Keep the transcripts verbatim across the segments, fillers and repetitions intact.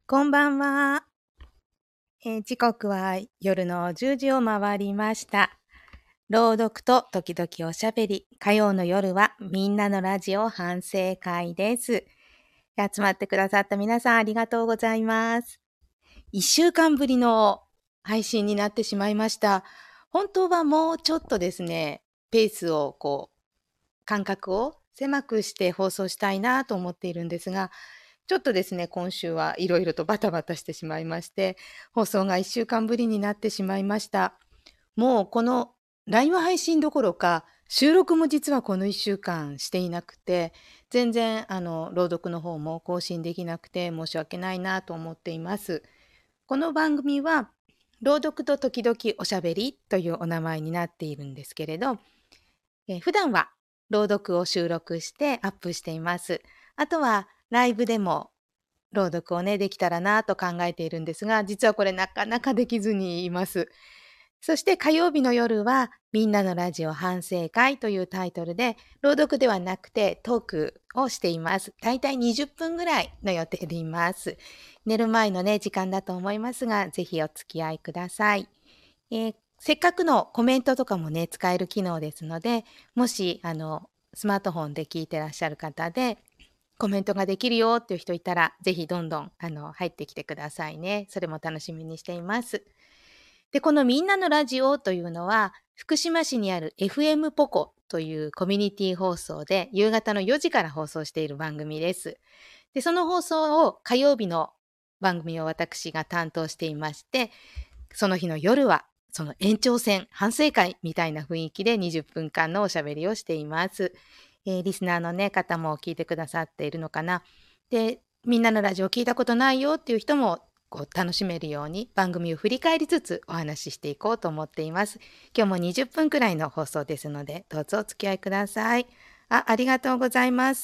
こんばんは。えー時刻は夜のじゅうじを回りました。朗読と時々おしゃべり。火曜の夜はみんなのラジオ反省会です。集まってくださった皆さんありがとうございます。いっしゅうかんぶりの配信になってしまいました。本当はもうちょっとですね、ペースをこう、間隔を狭くして放送したいなと思っているんですが、ちょっとですね、今週はいろいろとバタバタしてしまいまして、放送がいっしゅうかんぶりになってしまいました。もうこのライブ配信どころか、収録も実はこのいっしゅうかんしていなくて、全然あの朗読の方も更新できなくて申し訳ないなと思っています。この番組は、朗読と時々おしゃべりというお名前になっているんですけれど、えー普段は朗読を収録してアップしています。あとはライブでも朗読をね、できたらなと考えているんですが、実はこれなかなかできずにいます。そして火曜日の夜は、みんなのラジオ反省会というタイトルで、朗読ではなくてトークをしています。だいたいにじゅっぷんぐらいの予定でいます。寝る前のね、時間だと思いますが、ぜひお付き合いください。えーせっかくのコメントとかもね、使える機能ですので、もし、あの、スマートフォンで聞いてらっしゃる方で、コメントができるよっていう人いたら、ぜひどんどん、あの、入ってきてくださいね。それも楽しみにしています。で、このみんなのラジオというのは、福島市にある エフエム ポコというコミュニティ放送で、夕方のよじから放送している番組です。で、その放送を火曜日の番組を私が担当していまして、その日の夜は、その延長戦、反省会みたいな雰囲気でにじゅっぷんかんのおしゃべりをしています。えーリスナーのね、方も聞いてくださっているのかな。で、みんなのラジオ聞いたことないよっていう人も、こう楽しめるように番組を振り返りつつお話ししていこうと思っています。今日もにじゅっぷんくらいの放送ですので、どうぞお付き合いください。あ、ありがとうございます。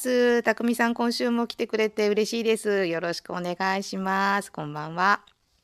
たくみさん、今週も来てくれて嬉しいです。よろしくお願いします。こんばんは。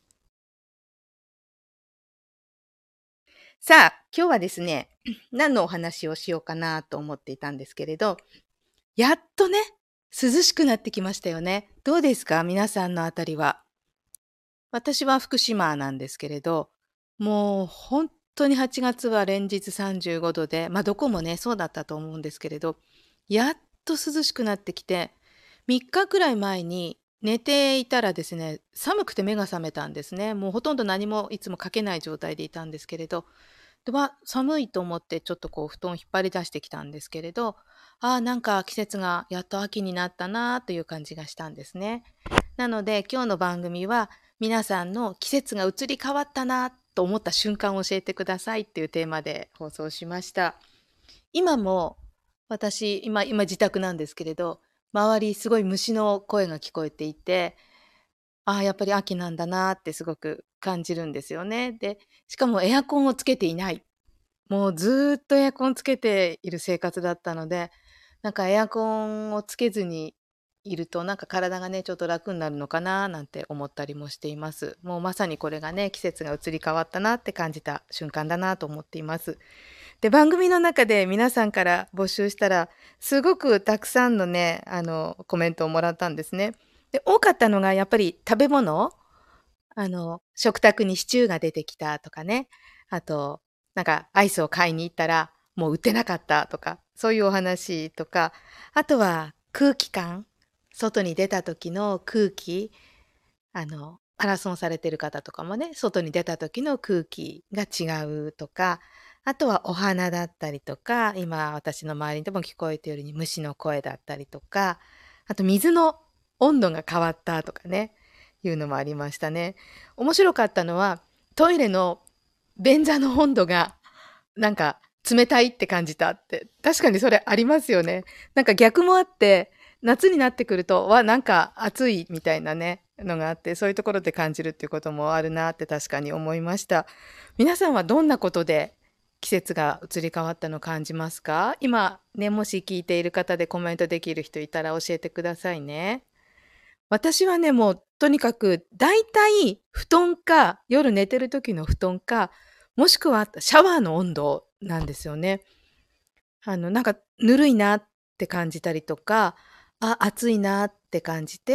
さあ、今日はですね、何のお話をしようかなと思っていたんですけれど、やっとね、涼しくなってきましたよね。どうですか皆さんのあたりは。私は福島なんですけれど、もう本当にはちがつは連日さんじゅうごどで、まあどこもね、そうだったと思うんですけれど、やっと涼しくなってきて、みっかくらい前に寝ていたらですね、寒くて目が覚めたんですね。もうほとんど何もいつもかけない状態でいたんですけれど、では、寒いと思ってちょっとこう布団を引っ張り出してきたんですけれど、ああ、なんか季節がやっと秋になったなという感じがしたんですね。なので今日の番組は皆さんの季節が移り変わったなと思った瞬間を教えてくださいっていうテーマで放送しました。今も私、今、今自宅なんですけれど、周りすごい虫の声が聞こえていて、ああ、やっぱり秋なんだなってすごく感じるんですよね。で、しかもエアコンをつけていない。もうずーっとエアコンつけている生活だったので、なんかエアコンをつけずにいると、なんか体がね、ちょっと楽になるのかななんて思ったりもしています。もうまさにこれがね、季節が移り変わったなって感じた瞬間だなと思っています。で、番組の中で皆さんから募集したら、すごくたくさんのね、あの、コメントをもらったんですね。で、多かったのがやっぱり食べ物、あの、食卓にシチューが出てきたとかね。あと、なんかアイスを買いに行ったら、もう売ってなかったとか、そういうお話とか、あとは空気感、外に出た時の空気、あの、マラソンされてる方とかもね、外に出た時の空気が違うとか、あとはお花だったりとか、今私の周りでも聞こえているように虫の声だったりとか、あと水の温度が変わったとかね、いうのもありましたね。面白かったのは、トイレの便座の温度がなんか冷たいって感じたって。確かにそれありますよね。なんか逆もあって、夏になってくると、わ、なんか暑いみたいなね、のがあって、そういうところで感じるっていうこともあるなって確かに思いました。皆さんはどんなことで季節が移り変わったのを感じますか？今ね、もし聞いている方でコメントできる人いたら教えてくださいね。私はね、もうとにかくだいたい布団か、夜寝てる時の布団か、もしくはシャワーの温度なんですよね。あの、なんかぬるいなって感じたりとか、あ、暑いなって感じて、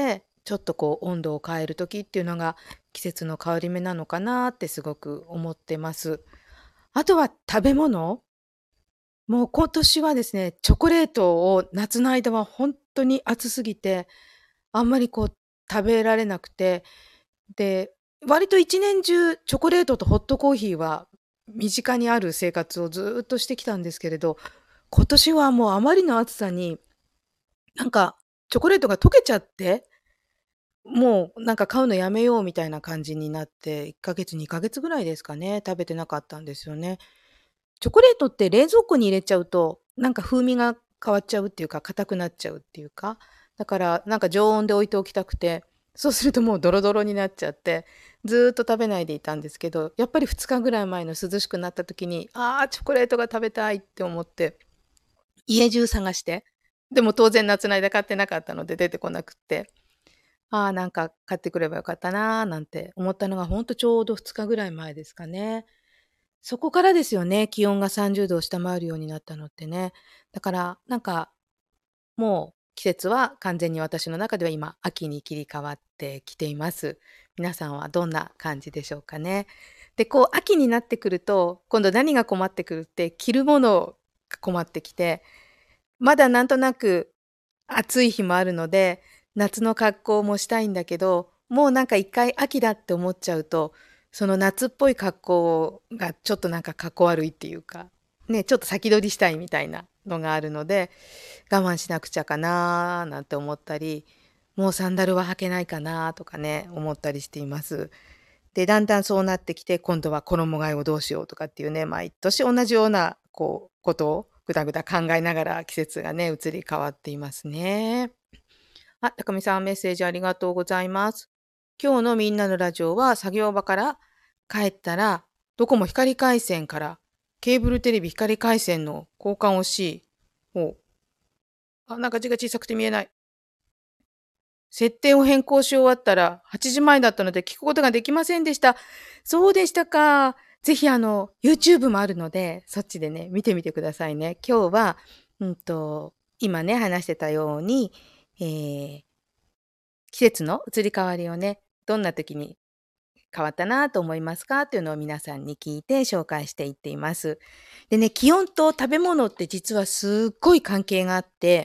ちょっとこう温度を変える時っていうのが季節の変わり目なのかなってすごく思ってます。あとは食べ物もう今年はですね、チョコレートを夏の間は本当に暑すぎて、あんまりこう食べられなくて、で、割と一年中チョコレートとホットコーヒーは身近にある生活をずっとしてきたんですけれど、今年はもうあまりの暑さに、なんかチョコレートが溶けちゃって、もうなんか買うのやめようみたいな感じになって、いっかげつ、にかげつぐらいですかね、食べてなかったんですよね。チョコレートって冷蔵庫に入れちゃうと、なんか風味が変わっちゃうっていうか、硬くなっちゃうっていうか、だからなんか常温で置いておきたくて、そうするともうドロドロになっちゃって、ずーっと食べないでいたんですけど、やっぱりふつかぐらい前の涼しくなった時に、ああ、チョコレートが食べたいって思って、家中探して、でも当然夏の間買ってなかったので出てこなくって、ああ、なんか買ってくればよかったなーなんて思ったのがほんとちょうどふつかぐらい前ですかね。そこからですよね、気温がさんじゅうどを下回るようになったのってね。だから、なんか、もう季節は完全に私の中では今、秋に切り替わってきています。皆さんはどんな感じでしょうかね。で、こう秋になってくると、今度何が困ってくるって、着るものが困ってきて、まだなんとなく暑い日もあるので、夏の格好もしたいんだけど、もうなんか一回秋だって思っちゃうと、その夏っぽい格好がちょっとなんか格好悪いっていうか、ね、ちょっと先取りしたいみたいなのがあるので、我慢しなくちゃかななんて思ったり、もうサンダルは履けないかなとかね、思ったりしています。で、だんだんそうなってきて、今度は衣替えをどうしようとかっていうね、毎年同じような、こう、ことをぐだぐだ考えながら季節がね、移り変わっていますね。あ、高見さんメッセージありがとうございます。今日のみんなのラジオは作業場から帰ったら、どこも光回線からケーブルテレビ光回線の交換をし、おあ、なんか字が小さくて見えない。設定を変更し終わったらはちじまえだったので聞くことができませんでした。そうでしたか。ぜひあの、YouTube もあるので、そっちでね、見てみてくださいね。今日は、うんと、今ね、話してたように、えー季節の移り変わりをね、どんな時に変わったなと思いますかっていうのを皆さんに聞いて紹介していっています。でね、気温と食べ物って実はすっごい関係があって、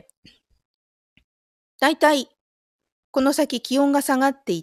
だいたいこの先気温が下がっていって、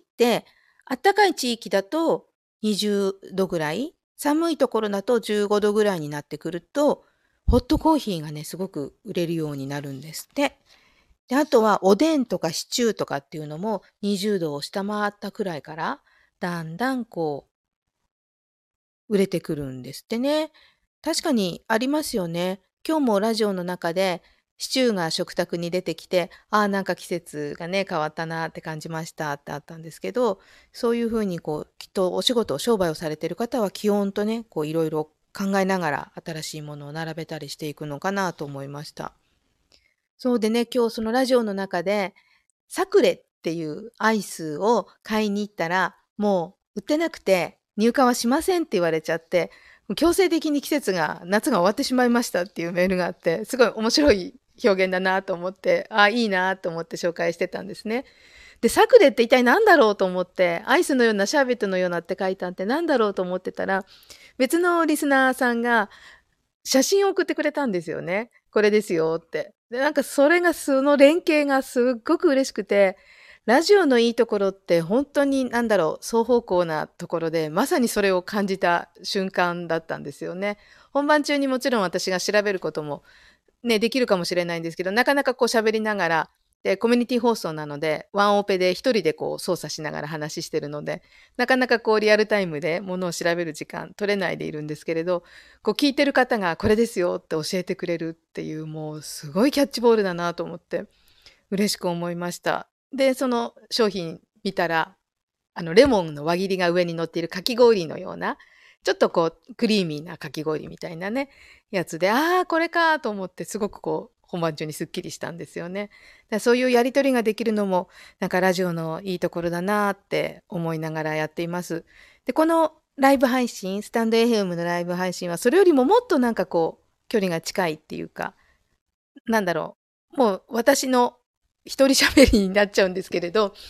暖かい地域だとにじゅうどぐらい、寒いところだとじゅうごどぐらいになってくると、ホットコーヒーがね、すごく売れるようになるんですって。で、あとはおでんとかシチューとかっていうのもにじゅうどを下回ったくらいから、だんだんこう売れてくるんですってね。確かにありますよね。今日もラジオの中でシチューが食卓に出てきて、ああ、なんか季節がね、変わったなって感じましたってあったんですけど、そういうふうにこう、きっとお仕事、商売をされている方は気温とね、こういろいろ考えながら新しいものを並べたりしていくのかなと思いました。そうでね、今日そのラジオの中で、サクレっていうアイスを買いに行ったら、もう売ってなくて、入荷はしませんって言われちゃって、強制的に季節が、夏が終わってしまいましたっていうメールがあって、すごい面白い表現だなと思って、ああ、いいなと思って紹介してたんですね。で、サクレって一体何だろうと思って、アイスのようなシャーベットのようなって書いてあって何だろうと思ってたら、別のリスナーさんが写真を送ってくれたんですよね。これですよって。で、なんかそれがその連携がすっごく嬉しくて、ラジオのいいところって本当になんだろう、双方向なところで、まさにそれを感じた瞬間だったんですよね。本番中にもちろん私が調べることもね、できるかもしれないんですけど、なかなかこう喋りながら、で、コミュニティ放送なので、ワンオペで一人でこう操作しながら話してるので、なかなかこうリアルタイムでものを調べる時間取れないでいるんですけれど、こう聞いてる方がこれですよって教えてくれるっていう、もうすごいキャッチボールだなと思って嬉しく思いました。で、その商品見たら、あのレモンの輪切りが上に乗っているかき氷のような、ちょっとこうクリーミーなかき氷みたいなね、やつで、ああ、これかと思ってすごくこう本番中にすっきりしたんですよね。だそういうやり取りができるのも、なんかラジオのいいところだなって思いながらやっています。で、このライブ配信、スタンド エフエム のライブ配信はそれよりももっとなんかこう距離が近いっていうか、なんだろう、もう私の一人喋りになっちゃうんですけれど、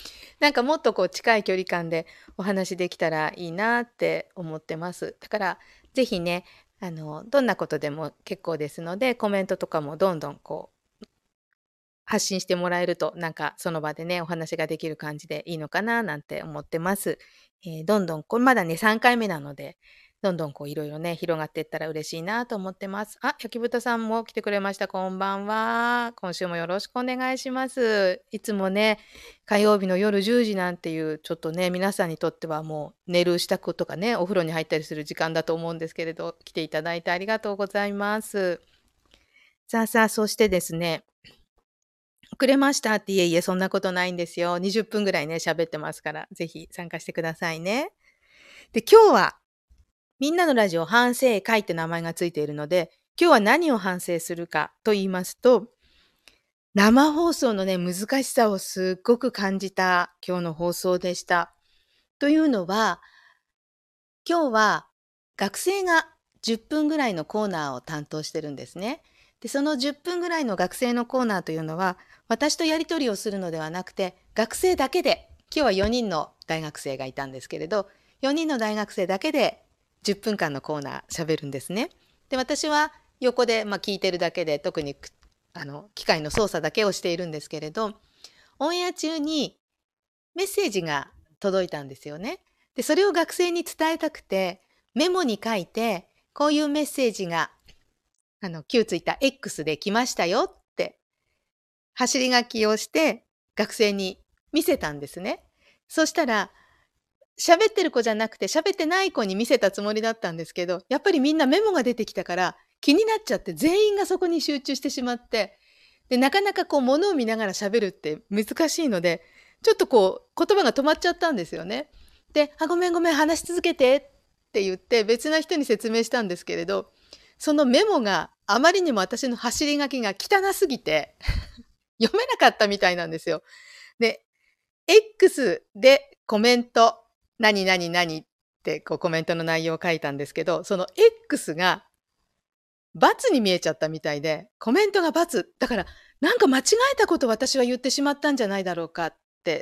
なんかもっとこう近い距離感でお話できたらいいなって思ってます。だからぜひね、あの、どんなことでも結構ですので、コメントとかもどんどんこう発信してもらえると、なんかその場でね、お話ができる感じでいいのかななんて思ってます。えーどんどん、これまだね、さんかいめなので、どんどんこういろいろね、広がっていったら嬉しいなと思ってます。あ、焼き豚さんも来てくれました。こんばんは。今週もよろしくお願いします。いつもね、火曜日の夜じゅうじなんていう、ちょっとね、皆さんにとってはもう寝る支度とかね、お風呂に入ったりする時間だと思うんですけれど、来ていただいてありがとうございます。さあさあ、そしてですね、遅れましたって、いえいえ、そんなことないんですよ。にじゅっぷんぐらいね、喋ってますから、ぜひ参加してくださいね。で、今日は、みんなのラジオ反省会って名前がついているので、今日は何を反省するかと言いますと、生放送のね、難しさをすっごく感じた今日の放送でした。というのは、今日は学生がじゅっぷんぐらいのコーナーを担当してるんですね。で、そのじゅっぷんぐらいの学生のコーナーというのは、私とやり取りをするのではなくて、学生だけで、今日はよにんの大学生がいたんですけれど、よにんの大学生だけでじゅっぷんかんのコーナー喋るんですね。で、私は横で、まあ、聞いてるだけで、特にあの機械の操作だけをしているんですけれど、オンエア中にメッセージが届いたんですよね。で、それを学生に伝えたくて、メモに書いて、こういうメッセージが、あの、旧ツイッター X で来ましたよって、走り書きをして学生に見せたんですね。そしたら、喋ってる子じゃなくて、喋ってない子に見せたつもりだったんですけど、やっぱりみんなメモが出てきたから、気になっちゃって全員がそこに集中してしまって、で、なかなかこう物を見ながら喋るって難しいので、ちょっとこう言葉が止まっちゃったんですよね。で、あ、ごめんごめん、話し続けてって言って別な人に説明したんですけれど、そのメモがあまりにも私の走り書きが汚すぎて読めなかったみたいなんですよ。で、X でコメント、何々何ってこうコメントの内容を書いたんですけど、その X が×に見えちゃったみたいで、コメントが×。だから、なんか間違えたことを私は言ってしまったんじゃないだろうかって、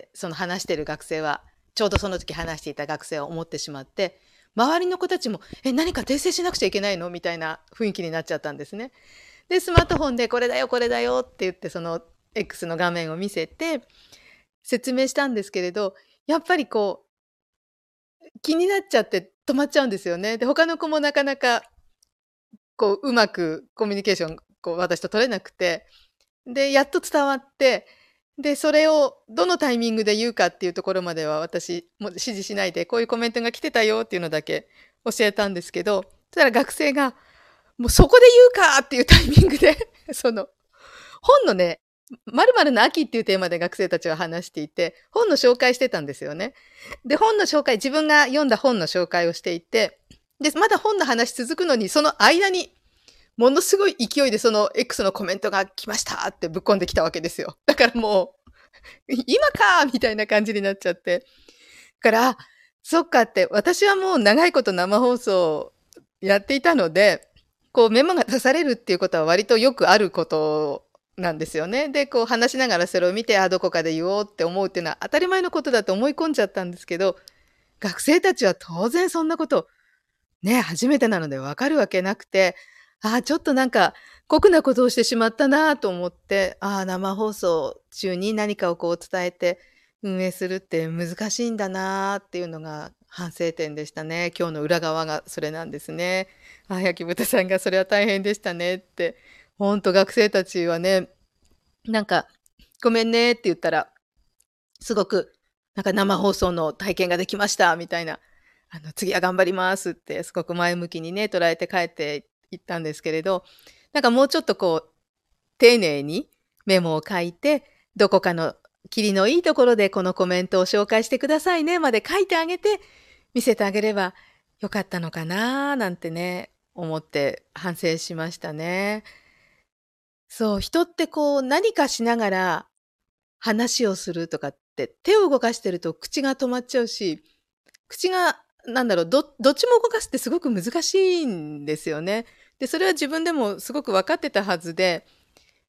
その話してる学生は、ちょうどその時話していた学生は思ってしまって、周りの子たちも、え、何か訂正しなくちゃいけないのみたいな雰囲気になっちゃったんですね。で、スマートフォンでこれだよ、これだよって言って、その X の画面を見せて、説明したんですけれど、やっぱりこう、気になっちゃって止まっちゃうんですよね。で、他の子もなかなかこう、うまくコミュニケーション、こう、私と取れなくて、で、やっと伝わって、で、それをどのタイミングで言うかっていうところまでは私も指示しないで、こういうコメントが来てたよっていうのだけ教えたんですけど、そしたら学生が、もうそこで言うかっていうタイミングでその、本のね、〇〇の秋っていうテーマで学生たちは話していて、本の紹介してたんですよね。で、本の紹介、自分が読んだ本の紹介をしていて、で、まだ本の話続くのに、その間に、ものすごい勢いでその X のコメントが来ましたってぶっ込んできたわけですよ。だからもう、今かみたいな感じになっちゃって。だから、あそっかって、私はもう長いこと生放送やっていたので、こうメモが出されるっていうことは割とよくあることなんですよね。で、こう話しながらそれを見て、あ、どこかで言おうって思うっていうのは当たり前のことだと思い込んじゃったんですけど、学生たちは当然そんなことね、初めてなのでわかるわけなくて、ああ、ちょっとなんか酷なことをしてしまったなと思って、ああ、生放送中に何かをこう伝えて運営するって難しいんだなっていうのが反省点でしたね。今日の裏側がそれなんですね。ああ、焼き豚さんがそれは大変でしたねって。ほんと学生たちはね、なんか、ごめんねって言ったら、すごく、なんか生放送の体験ができましたみたいな、あの、次は頑張りますってすごく前向きにね、捉えて帰っていったんですけれど、なんかもうちょっとこう、丁寧にメモを書いて、どこかの切りのいいところでこのコメントを紹介してくださいねまで書いてあげて、見せてあげればよかったのかななんてね、思って反省しましたね。そう、人ってこう何かしながら話をするとかって、手を動かしてると口が止まっちゃうし、口が、なんだろう、どどっちも動かすってすごく難しいんですよね。で、それは自分でもすごく分かってたはずで、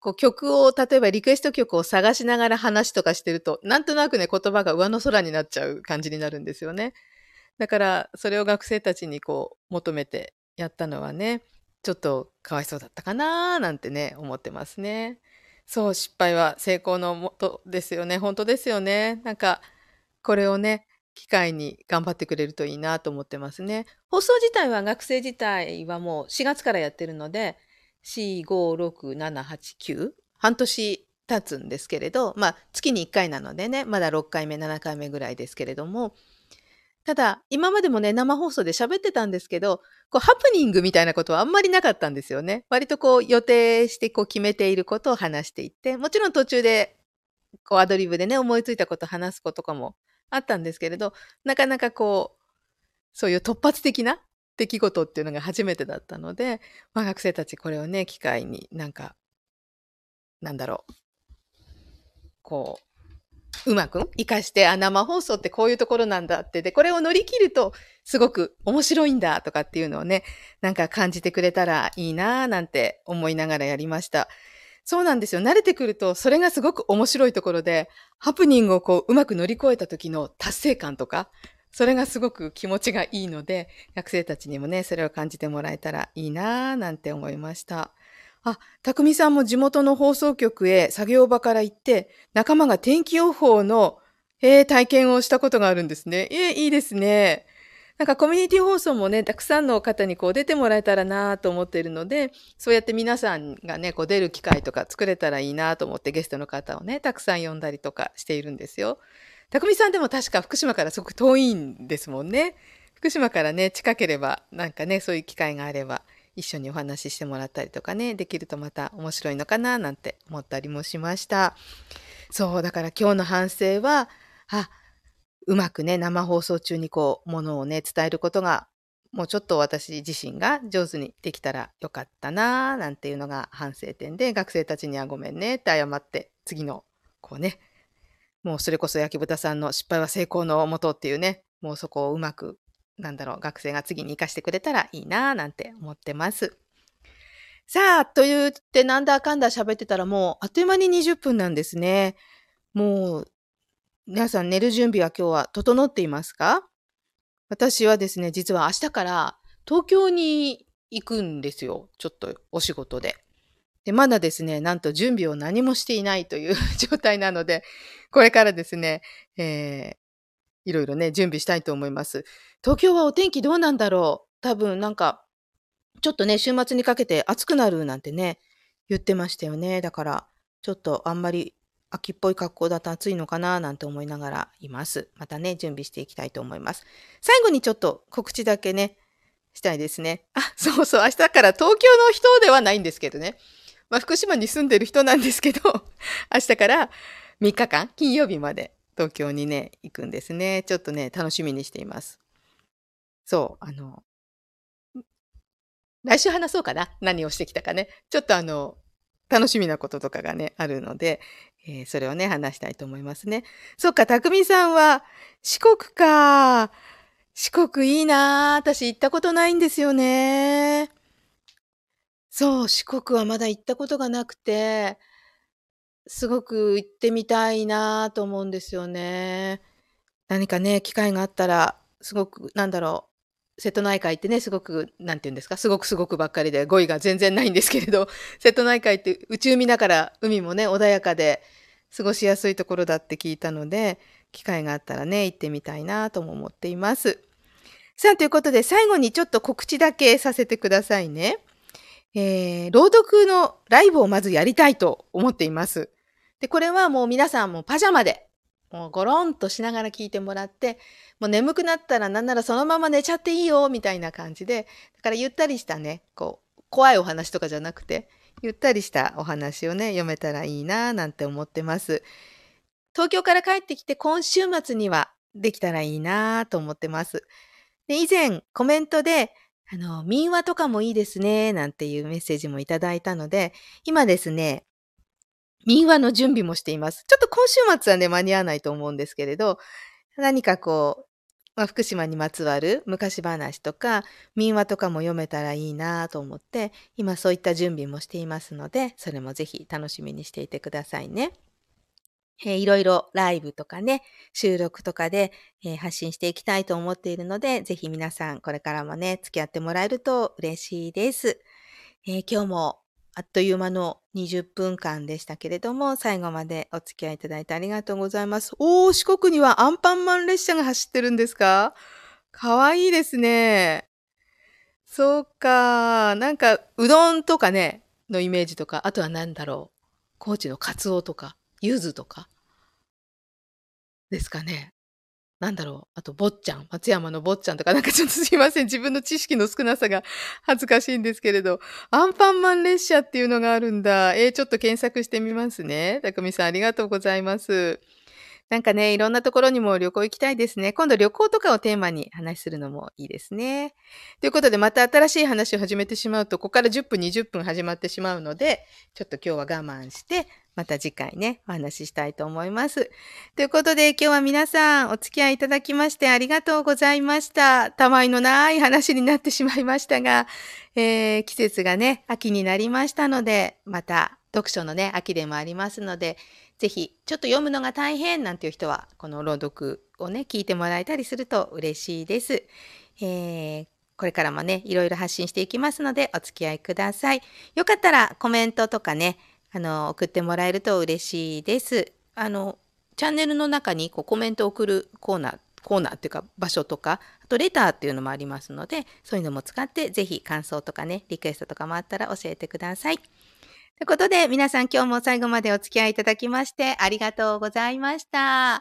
こう曲を、例えばリクエスト曲を探しながら話とかしてると、なんとなくね、言葉が上の空になっちゃう感じになるんですよね。だから、それを学生たちにこう、求めてやったのはね、ちょっとかわいそうだったかななんてね、思ってますね。そう、失敗は成功のもとですよね。本当ですよね。なんか、これをね、機会に頑張ってくれるといいなと思ってますね。放送自体は学生自体はもうしがつからやってるので、よん、ご、ろく、なな、はち、きゅう半年経つんですけれど、まあ月にいっかいなのでね、まだろっかいめ、ななかいめぐらいですけれども、ただ今までもね、生放送で喋ってたんですけど、こうハプニングみたいなことはあんまりなかったんですよね。割とこう予定してこう決めていることを話していって、もちろん途中でこうアドリブでね、思いついたことを話すこととかもあったんですけれど、なかなかこう、そういう突発的な出来事っていうのが初めてだったので、まあ学生たちこれをね、機会になんか、なんだろう、こう、うまく活かして、あ、生放送ってこういうところなんだって、で、これを乗り切ると、すごく面白いんだとかっていうのをね、なんか感じてくれたらいいなぁなんて思いながらやりました。そうなんですよ。慣れてくると、それがすごく面白いところで、ハプニングをこう、うまく乗り越えた時の達成感とか、それがすごく気持ちがいいので、学生たちにもね、それを感じてもらえたらいいなぁなんて思いました。あ、たくみさんも地元の放送局へ作業場から行って、仲間が天気予報の、えー体験をしたことがあるんですね。えーいいですね。なんかコミュニティ放送もね、たくさんの方にこう出てもらえたらなと思っているので、そうやって皆さんがね、こう出る機会とか作れたらいいなと思ってゲストの方をね、たくさん呼んだりとかしているんですよ。たくみさんでも確か福島からすごく遠いんですもんね。福島からね、近ければ、なんかね、そういう機会があれば、一緒にお話ししてもらったりとかね、できるとまた面白いのかななんて思ったりもしました。そう、だから今日の反省は、あ、うまくね、生放送中にこう、ものをね、伝えることが、もうちょっと私自身が上手にできたらよかったなぁ、なんていうのが反省点で、学生たちにはごめんねって謝って、次の、こうね、もうそれこそ焼豚さんの失敗は成功のもとっていうね、もうそこをうまく、なんだろう、学生が次に活かしてくれたらいいなぁ、なんて思ってます。さあ、と言ってなんだかんだ喋ってたらもうあっという間ににじゅっぷんなんですね。もう皆さん寝る準備は今日は整っていますか？私はですね、実は明日から東京に行くんですよ。ちょっとお仕事で。で、まだですね、なんと準備を何もしていないという状態なので、これからですね、えー、いろいろね、準備したいと思います。東京はお天気どうなんだろう？多分なんか、ちょっとね、週末にかけて暑くなるなんてね、言ってましたよね。だから、ちょっとあんまり秋っぽい格好だと暑いのかななんて思いながらいます。またね、準備していきたいと思います。最後にちょっと告知だけね、したいですね。あ、そうそう、明日から東京の人ではないんですけどね。まあ、福島に住んでる人なんですけど、明日からみっかかん、金曜日まで東京にね、行くんですね。ちょっとね、楽しみにしています。そう、あの、来週話そうかな。何をしてきたかね。ちょっとあの、楽しみなこととかがね、あるので、えーそれをね、話したいと思いますね。そっか、たくみさんは四国か。四国いいなあ。私行ったことないんですよね。そう、四国はまだ行ったことがなくて、すごく行ってみたいなと思うんですよね。何かね、機会があったら、すごく、なんだろう、瀬戸内海ってね、すごく、なんて言うんですか、すごくすごくばっかりで語彙が全然ないんですけれど、瀬戸内海って内海だから海もね、穏やかで過ごしやすいところだって聞いたので、機会があったらね、行ってみたいなとも思っています。さあ、ということで最後にちょっと告知だけさせてくださいね。えー、朗読のライブをまずやりたいと思っています。で、これはもう皆さんもパジャマで、もうゴロンとしながら聞いてもらって、もう眠くなったらなんならそのまま寝ちゃっていいよ、みたいな感じで、だからゆったりしたね、こう、怖いお話とかじゃなくて、ゆったりしたお話をね、読めたらいいな、なんて思ってます。東京から帰ってきて今週末にはできたらいいなと思ってます。で、以前コメントで、あの、民話とかもいいですね、なんていうメッセージもいただいたので、今ですね、民話の準備もしています。ちょっと今週末はね、間に合わないと思うんですけれど、何かこう、 まあ、福島にまつわる昔話とか、民話とかも読めたらいいなと思って、今そういった準備もしていますので、それもぜひ楽しみにしていてくださいね。えーいろいろライブとかね、収録とかで、えー発信していきたいと思っているので、ぜひ皆さんこれからもね、付き合ってもらえると嬉しいです。えー今日もあっという間のにじゅっぷんかんでしたけれども、最後までお付き合いいただいてありがとうございます。おー、四国にはアンパンマン列車が走ってるんですか？かわいいですね。そうか。なんか、うどんとかね、のイメージとか、あとは何だろう。高知のカツオとか、柚子とかですかね。なんだろう、あと坊ちゃん、松山の坊ちゃんとか、なんかちょっとすいません、自分の知識の少なさが恥ずかしいんですけれど、アンパンマン列車っていうのがあるんだ。えー、ちょっと検索してみますね。たくみさんありがとうございます。なんかね、いろんなところにも旅行行きたいですね。今度旅行とかをテーマに話するのもいいですね。ということで、また新しい話を始めてしまうと、ここからじゅっぷん、にじゅっぷん始まってしまうので、ちょっと今日は我慢して、また次回ね、お話ししたいと思います。ということで、今日は皆さんお付き合いいただきましてありがとうございました。たわいのない話になってしまいましたが、えー季節がね、秋になりましたので、また読書のね、秋でもありますので、ぜひ、ちょっと読むのが大変なんていう人は、この朗読をね、聞いてもらえたりすると嬉しいです。えーこれからもね、いろいろ発信していきますので、お付き合いください。よかったらコメントとかね、あの、送ってもらえると嬉しいです。あの、チャンネルの中にこうコメントを送るコーナー、コーナーっていうか場所とか、あとレターっていうのもありますので、そういうのも使って、ぜひ感想とかね、リクエストとかもあったら教えてください。ということで、皆さん今日も最後までお付き合いいただきましてありがとうございました。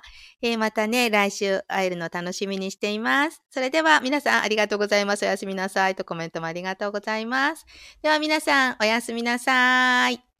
えーまたね、来週会えるの楽しみにしています。それでは皆さんありがとうございます。おやすみなさいとコメントもありがとうございます。では皆さんおやすみなさい。